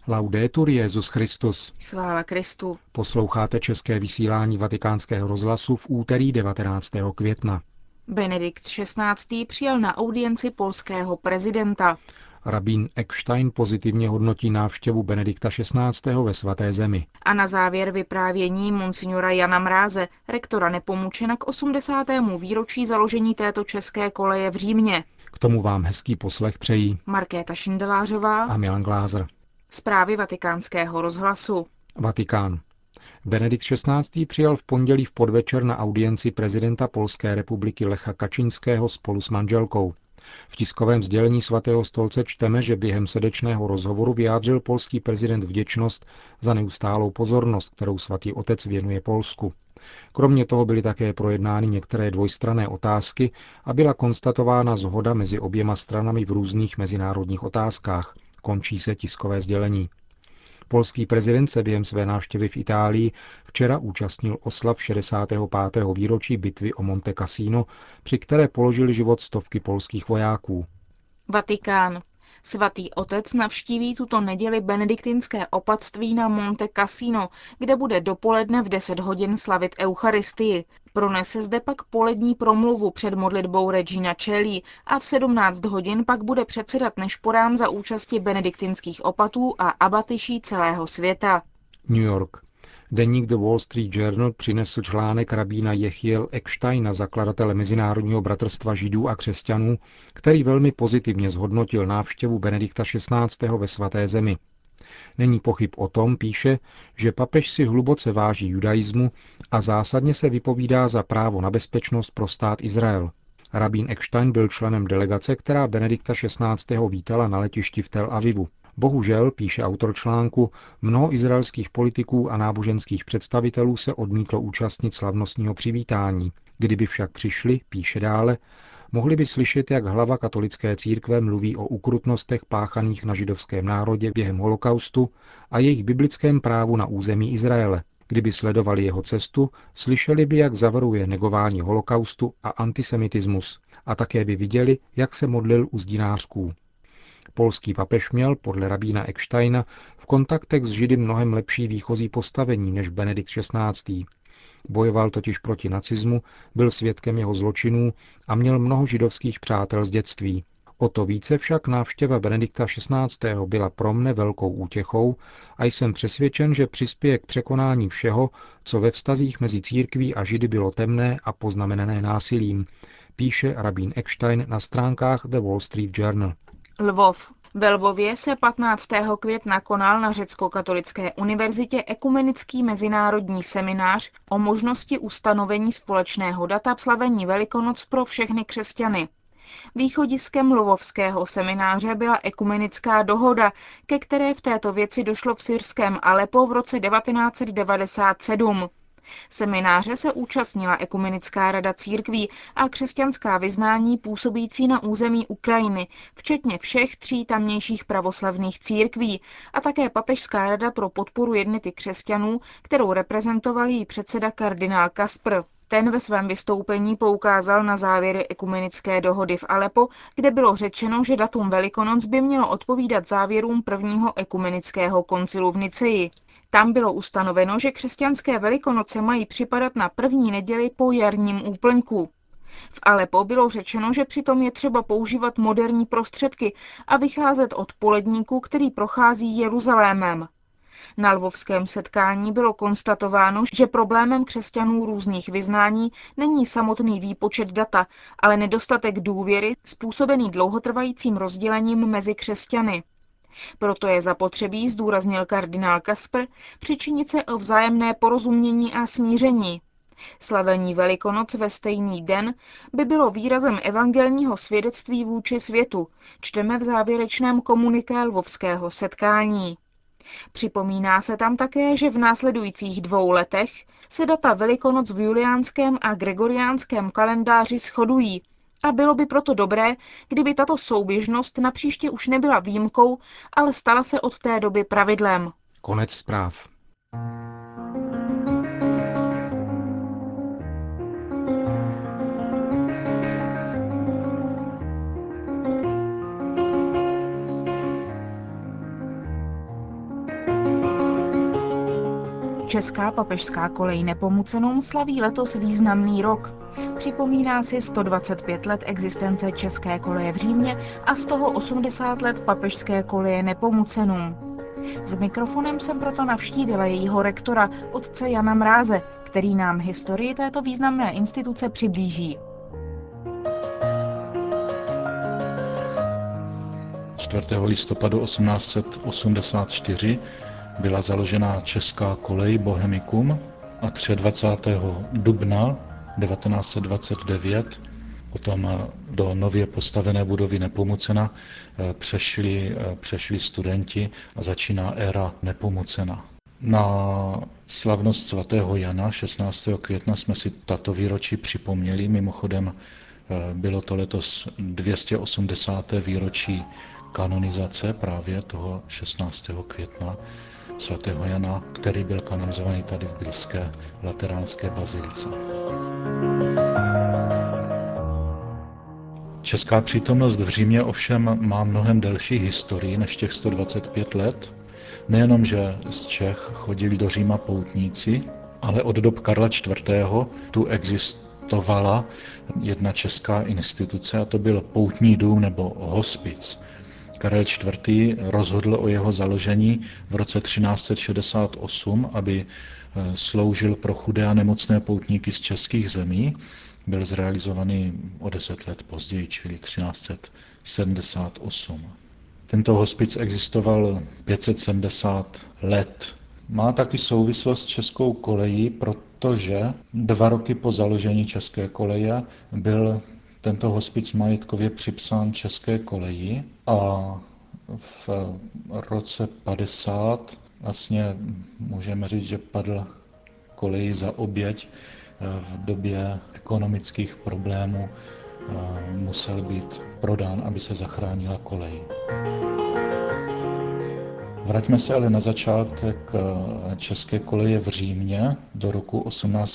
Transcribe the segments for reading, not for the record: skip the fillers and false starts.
Laudetur Jesus Christus. Chvála Kristu. Posloucháte české vysílání Vatikánského rozhlasu v úterý 19. května. Benedikt XVI. Přijal na audienci polského prezidenta. Rabín Eckstein pozitivně hodnotí návštěvu Benedikta XVI. Ve svaté zemi. A na závěr vyprávění monsignora Jana Mráze, rektora Nepomučena k 80. výročí založení této české koleje v Římě. K tomu vám hezký poslech přejí Markéta Šindelářová a Milan Glázer. Zprávy Vatikánského rozhlasu. Vatikán. Benedikt XVI. Přijal v pondělí v podvečer na audienci prezidenta Polské republiky Lecha Kačinského spolu s manželkou. V tiskovém sdělení svatého stolce čteme, že během srdečného rozhovoru vyjádřil polský prezident vděčnost za neustálou pozornost, kterou svatý otec věnuje Polsku. Kromě toho byly také projednány některé dvojstranné otázky a byla konstatována shoda mezi oběma stranami v různých mezinárodních otázkách. Končí se tiskové sdělení. Polský prezident se během své návštěvy v Itálii včera účastnil oslav 65. výročí bitvy o Monte Cassino, při které položili život stovky polských vojáků. Vatikán. Svatý otec navštíví tuto neděli benediktinské opatství na Monte Cassino, kde bude dopoledne v 10 hodin slavit Eucharistii. Pronese zde pak polední promluvu před modlitbou Regina Coeli a v 17 hodin pak bude předsedat nešporám za účasti benediktinských opatů a abatyší celého světa. New York. Deník The Wall Street Journal přinesl článek rabína Jechiel Ecksteina, zakladatele Mezinárodního bratrstva židů a křesťanů, který velmi pozitivně zhodnotil návštěvu Benedikta XVI. Ve svaté zemi. Není pochyb o tom, píše, že papež si hluboce váží judaismu a zásadně se vypovídá za právo na bezpečnost pro stát Izrael. Rabín Eckstein byl členem delegace, která Benedikta XVI. Vítala na letišti v Tel Avivu. Bohužel, píše autor článku, mnoho izraelských politiků a náboženských představitelů se odmítlo účastnit slavnostního přivítání. Kdyby však přišli, píše dále, mohli by slyšet, jak hlava katolické církve mluví o ukrutnostech páchaných na židovském národě během holokaustu a jejich biblickém právu na území Izraele. Kdyby sledovali jeho cestu, slyšeli by, jak zavaruje negování holokaustu a antisemitismus a také by viděli, jak se modlil u zdinářků. Polský papež měl, podle rabína Ecksteina, v kontaktech s Židy mnohem lepší výchozí postavení než Benedikt XVI. Bojoval totiž proti nacismu, byl svědkem jeho zločinů a měl mnoho židovských přátel z dětství. O to více však návštěva Benedikta XVI. Byla pro mne velkou útěchou a jsem přesvědčen, že přispěje k překonání všeho, co ve vztazích mezi církví a Židy bylo temné a poznamenané násilím, píše rabín Eckstein na stránkách The Wall Street Journal. Lvov. Ve Lvově se 15. května konal na Řecko-katolické univerzitě ekumenický mezinárodní seminář o možnosti ustanovení společného data slavení Velikonoc pro všechny křesťany. Východiskem lvovského semináře byla ekumenická dohoda, ke které v této věci došlo v syrském Alepo v roce 1997. Semináře se účastnila Ekumenická rada církví a křesťanská vyznání působící na území Ukrajiny, včetně všech 3 tamějších pravoslavných církví a také Papežská rada pro podporu jednoty křesťanů, kterou reprezentoval její předseda kardinál Kaspr. Ten ve svém vystoupení poukázal na závěry ekumenické dohody v Alepo, kde bylo řečeno, že datum Velikonoc by mělo odpovídat závěrům prvního ekumenického koncilu v Niceji. Tam bylo ustanoveno, že křesťanské Velikonoce mají připadat na první neděli po jarním úplňku. V Alepo bylo řečeno, že přitom je třeba používat moderní prostředky a vycházet od poledníku, který prochází Jeruzalémem. Na lvovském setkání bylo konstatováno, že problémem křesťanů různých vyznání není samotný výpočet data, ale nedostatek důvěry způsobený dlouhotrvajícím rozdělením mezi křesťany. Proto je zapotřebí, zdůraznil kardinál Kaspr, přičinit se o vzájemné porozumění a smíření. Slavení Velikonoc ve stejný den by bylo výrazem evangelního svědectví vůči světu, čteme v závěrečném komuniké lvovského setkání. Připomíná se tam také, že v následujících 2 letech se data Velikonoc v juliánském a gregoriánském kalendáři shodují a bylo by proto dobré, kdyby tato souběžnost napříště už nebyla výjimkou, ale stala se od té doby pravidlem. Konec zpráv. Česká papežská kolej Nepomucenum slaví letos významný rok. Připomíná si 125 let existence České koleje v Římě a z toho 80 let papežské koleje Nepomucenum. S mikrofonem jsem proto navštívila jejího rektora, otce Jana Mráze, který nám historii této významné instituce přiblíží. 4. listopadu 1884 byla založena Česká kolej Bohemicum a 23. dubna 1929 potom do nově postavené budovy Nepomucena přešli studenti a začíná éra Nepomucena. Na slavnost svatého Jana 16. května jsme si tato výročí připomněli. Mimochodem bylo to letos 280. výročí kanonizace právě toho 16. května svatého Jana, který byl kanonizovaný tady v blízké lateránské bazilice. Česká přítomnost v Římě ovšem má mnohem delší historii než těch 125 let. Nejenom, že z Čech chodili do Říma poutníci, ale od dob Karla IV. Tu existovala jedna česká instituce a to byl poutní dům nebo hospic. Karel IV. Rozhodl o jeho založení v roce 1368, aby sloužil pro chudé a nemocné poutníky z českých zemí. Byl zrealizovaný o 10 let později, čili 1378. Tento hospic existoval 570 let. Má taky souvislost s Českou kolejí, protože 2 roky po založení České koleje byl tento hospic majetkově připsán České koleji a v roce 50 vlastně můžeme říct, že padl koleji za oběť. V době ekonomických problémů musel být prodán, aby se zachránila kolej. Vraťme se ale na začátek České koleje v Římě do roku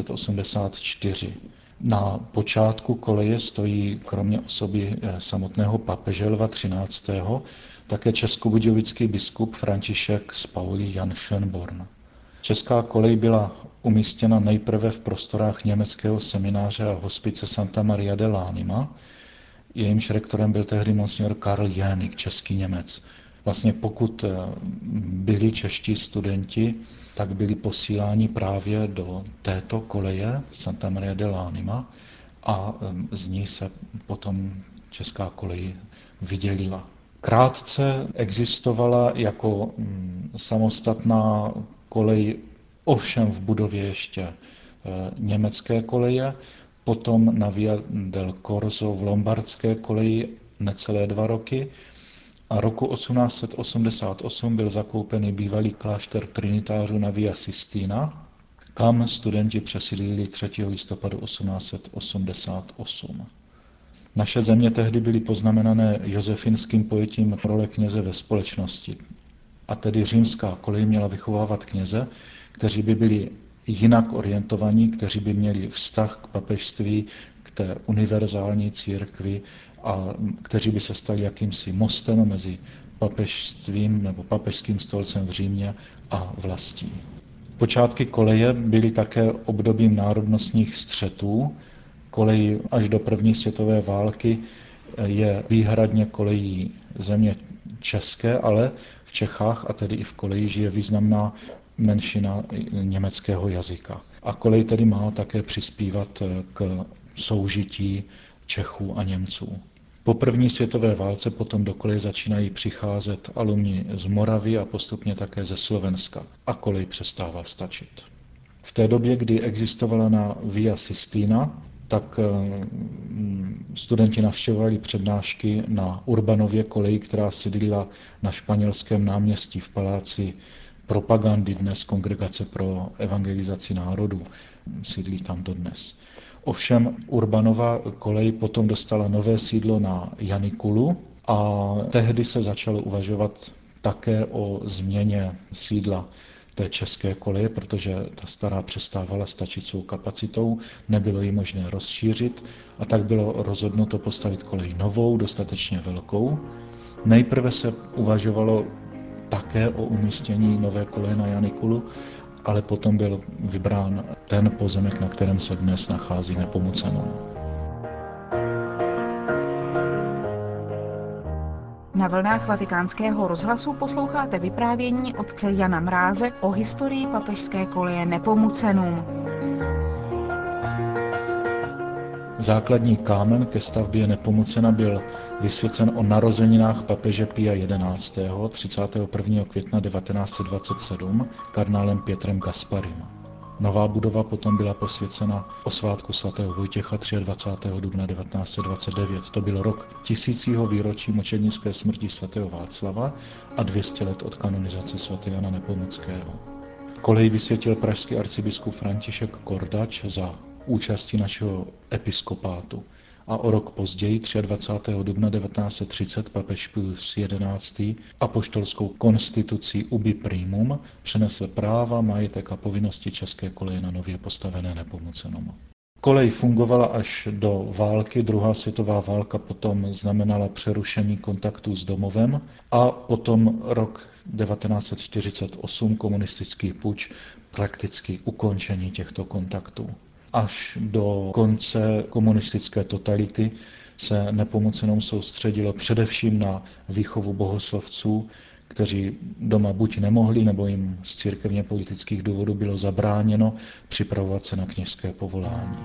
1884. Na počátku koleje stojí kromě osoby samotného papeže Lva XIII. Také českobudějovický biskup František z Pauli Jan Schönborn. Česká kolej byla umístěna nejprve v prostorách německého semináře a hospice Santa Maria dell'Anima. Jejímž rektorem byl tehdy monsignor Karl Jänik, český Němec. Vlastně pokud byli čeští studenti, tak byli posíláni právě do této koleje Santa Maria dell'Anima a z ní se potom Česká kolej vydělila. Krátce existovala jako samostatná kolej, ovšem v budově ještě německé koleje, potom na Via del Corso v lombardské koleji necelé 2 roky a roku 1888 byl zakoupený bývalý klášter trinitářů na Via Sistina, kam studenti přesídlili 3. listopadu 1888. Naše země tehdy byly poznamenané josefinským pojetím role kněze ve společnosti. A tedy římská kolej měla vychovávat kněze, kteří by byli jinak orientovaní, kteří by měli vztah k papežství, k té univerzální církvi a kteří by se stali jakýmsi mostem mezi papežstvím nebo papežským stolcem v Římě a vlastí. Počátky koleje byly také obdobím národnostních střetů. Kolej až do první světové války je výhradně kolejí země české, ale v Čechách a tedy i v koleji žije významná menšina německého jazyka. A kolej tedy má také přispívat k soužití Čechů a Němců. Po první světové válce potom do koleje začínají přicházet alumni z Moravy a postupně také ze Slovenska a kolej přestává stačit. V té době, kdy existovala na Via Sistina, tak studenti navštěvovali přednášky na Urbanově koleji, která sídlila na Španělském náměstí v paláci Propagandy, dnes Kongregace pro evangelizaci národů. Sídlí tam dodnes. Ovšem Urbanova kolej potom dostala nové sídlo na Janikulu a tehdy se začalo uvažovat také o změně sídla té české koleje, protože ta stará přestávala stačit svou kapacitou, nebylo ji možné rozšířit a tak bylo rozhodnuto postavit kolej novou, dostatečně velkou. Nejprve se uvažovalo také o umístění nové koleje na Janikulu, ale potom byl vybrán ten pozemek, na kterém se dnes nachází Nepomucenum. Na vlnách Vatikánského rozhlasu posloucháte vyprávění otce Jana Mráze o historii papežské koleje Nepomucenum. Základní kámen ke stavbě Nepomucena byl vysvěcen o narozeninách papeže Pia XI. 31. května 1927 kardinálem Pietrem Gasparim. Nová budova potom byla posvěcena o svátku svatého Vojtěcha 23. dubna 1929. To byl rok 1000. výročí mučednické smrti svatého Václava a 200 let od kanonizace svatého Jana Nepomuckého. Kolej vysvětil pražský arcibiskup František Kordač za účasti našeho episkopátu. A o rok později, 23. dubna 1930, papež Pius XI. Apoštolskou konstitucí Ubi Primum přenesl práva, majetek a povinnosti české koleje na nově postavené Nepomucenum. Kolej fungovala až do války, druhá světová válka potom znamenala přerušení kontaktů s domovem a potom rok 1948 komunistický puč, prakticky ukončení těchto kontaktů. Až do konce komunistické totality se Nepomucenum soustředilo především na výchovu bohoslovců, kteří doma buď nemohli, nebo jim z církevně politických důvodů bylo zabráněno připravovat se na kněžské povolání.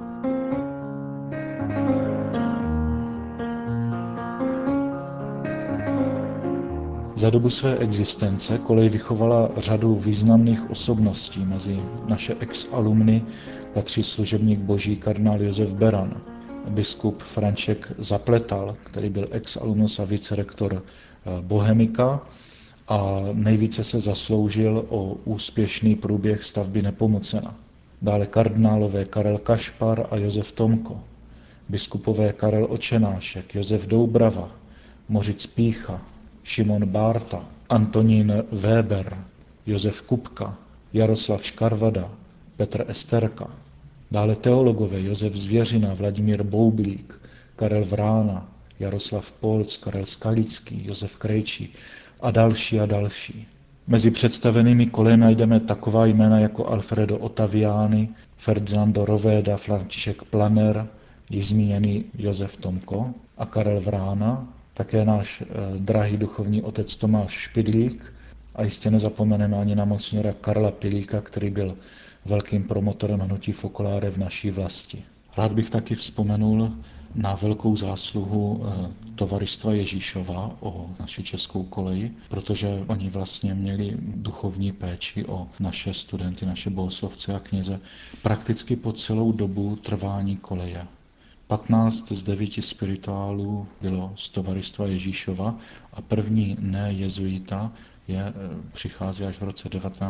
Za dobu své existence kolej vychovala řadu významných osobností. Mezi naše ex-alumny patří služebník boží kardinál Josef Beran, biskup František Zapletal, který byl ex-alumnus a vicerektor Bohemika a nejvíce se zasloužil o úspěšný průběh stavby Nepomucena. Dále kardinálové Karel Kašpar a Josef Tomko, biskupové Karel Očenášek, Josef Doubrava, Mořic Pícha, Šimon Bárta, Antonín Weber, Josef Kupka, Jaroslav Škarvada, Petr Esterka. Dále teologové Josef Zvěřina, Vladimír Boublík, Karel Vrána, Jaroslav Polc, Karel Skalický, Josef Krejčí a další a další. Mezi představenými koleji najdeme taková jména jako Alfredo Ottaviani, Ferdinando Roveda, František Planer, již zmíněný Josef Tomko a Karel Vrána, také náš drahý duchovní otec Tomáš Špidlík a jistě nezapomeneme ani na monsignora Karla Pilíka, který byl velkým promotorem hnutí Focolare v naší vlasti. Rád bych taky vzpomenul na velkou zásluhu Tovaristva Ježíšova o naši českou koleji, protože oni vlastně měli duchovní péči o naše studenty, naše bohoslovce a kněze prakticky po celou dobu trvání koleje. 15 z 9 spirituálů bylo z Tovaristva Ježíšova a první jezuita přichází až v roce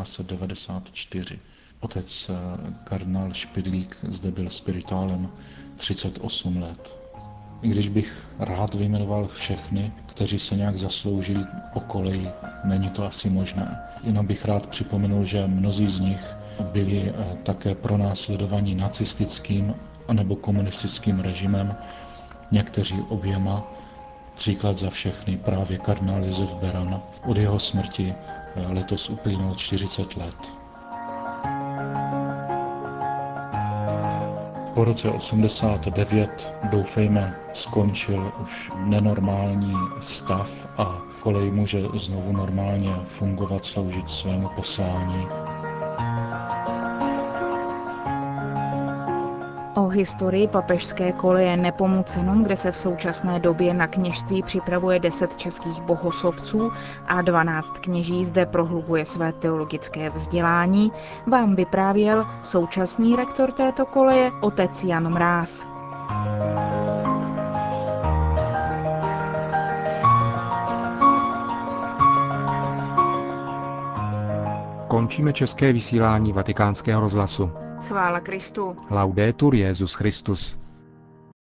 1994. Otec kardinál Špidlík zde byl spirituálem 38 let. I když bych rád vyjmenoval všechny, kteří se nějak zasloužili o koleji, není to asi možné. Jenom bych rád připomenul, že mnozí z nich byli také pronásledovaní nacistickým anebo komunistickým režimem, někteří oběma. Příklad za všechny právě kardinál Josef Beran. Od jeho smrti letos uplynulo 40 let. Po roce 89 doufejme skončil už nenormální stav a kolej může znovu normálně fungovat, sloužit svému poslání. O historii papežské koleje Nepomucenum, kde se v současné době na kněžství připravuje 10 českých bohoslovců a 12 kněží zde prohlubuje své teologické vzdělání, vám vyprávěl současný rektor této koleje, otec Jan Mráz. Končíme české vysílání Vatikánského rozhlasu. Chvála Kristu. Laudetur Jesus Christus.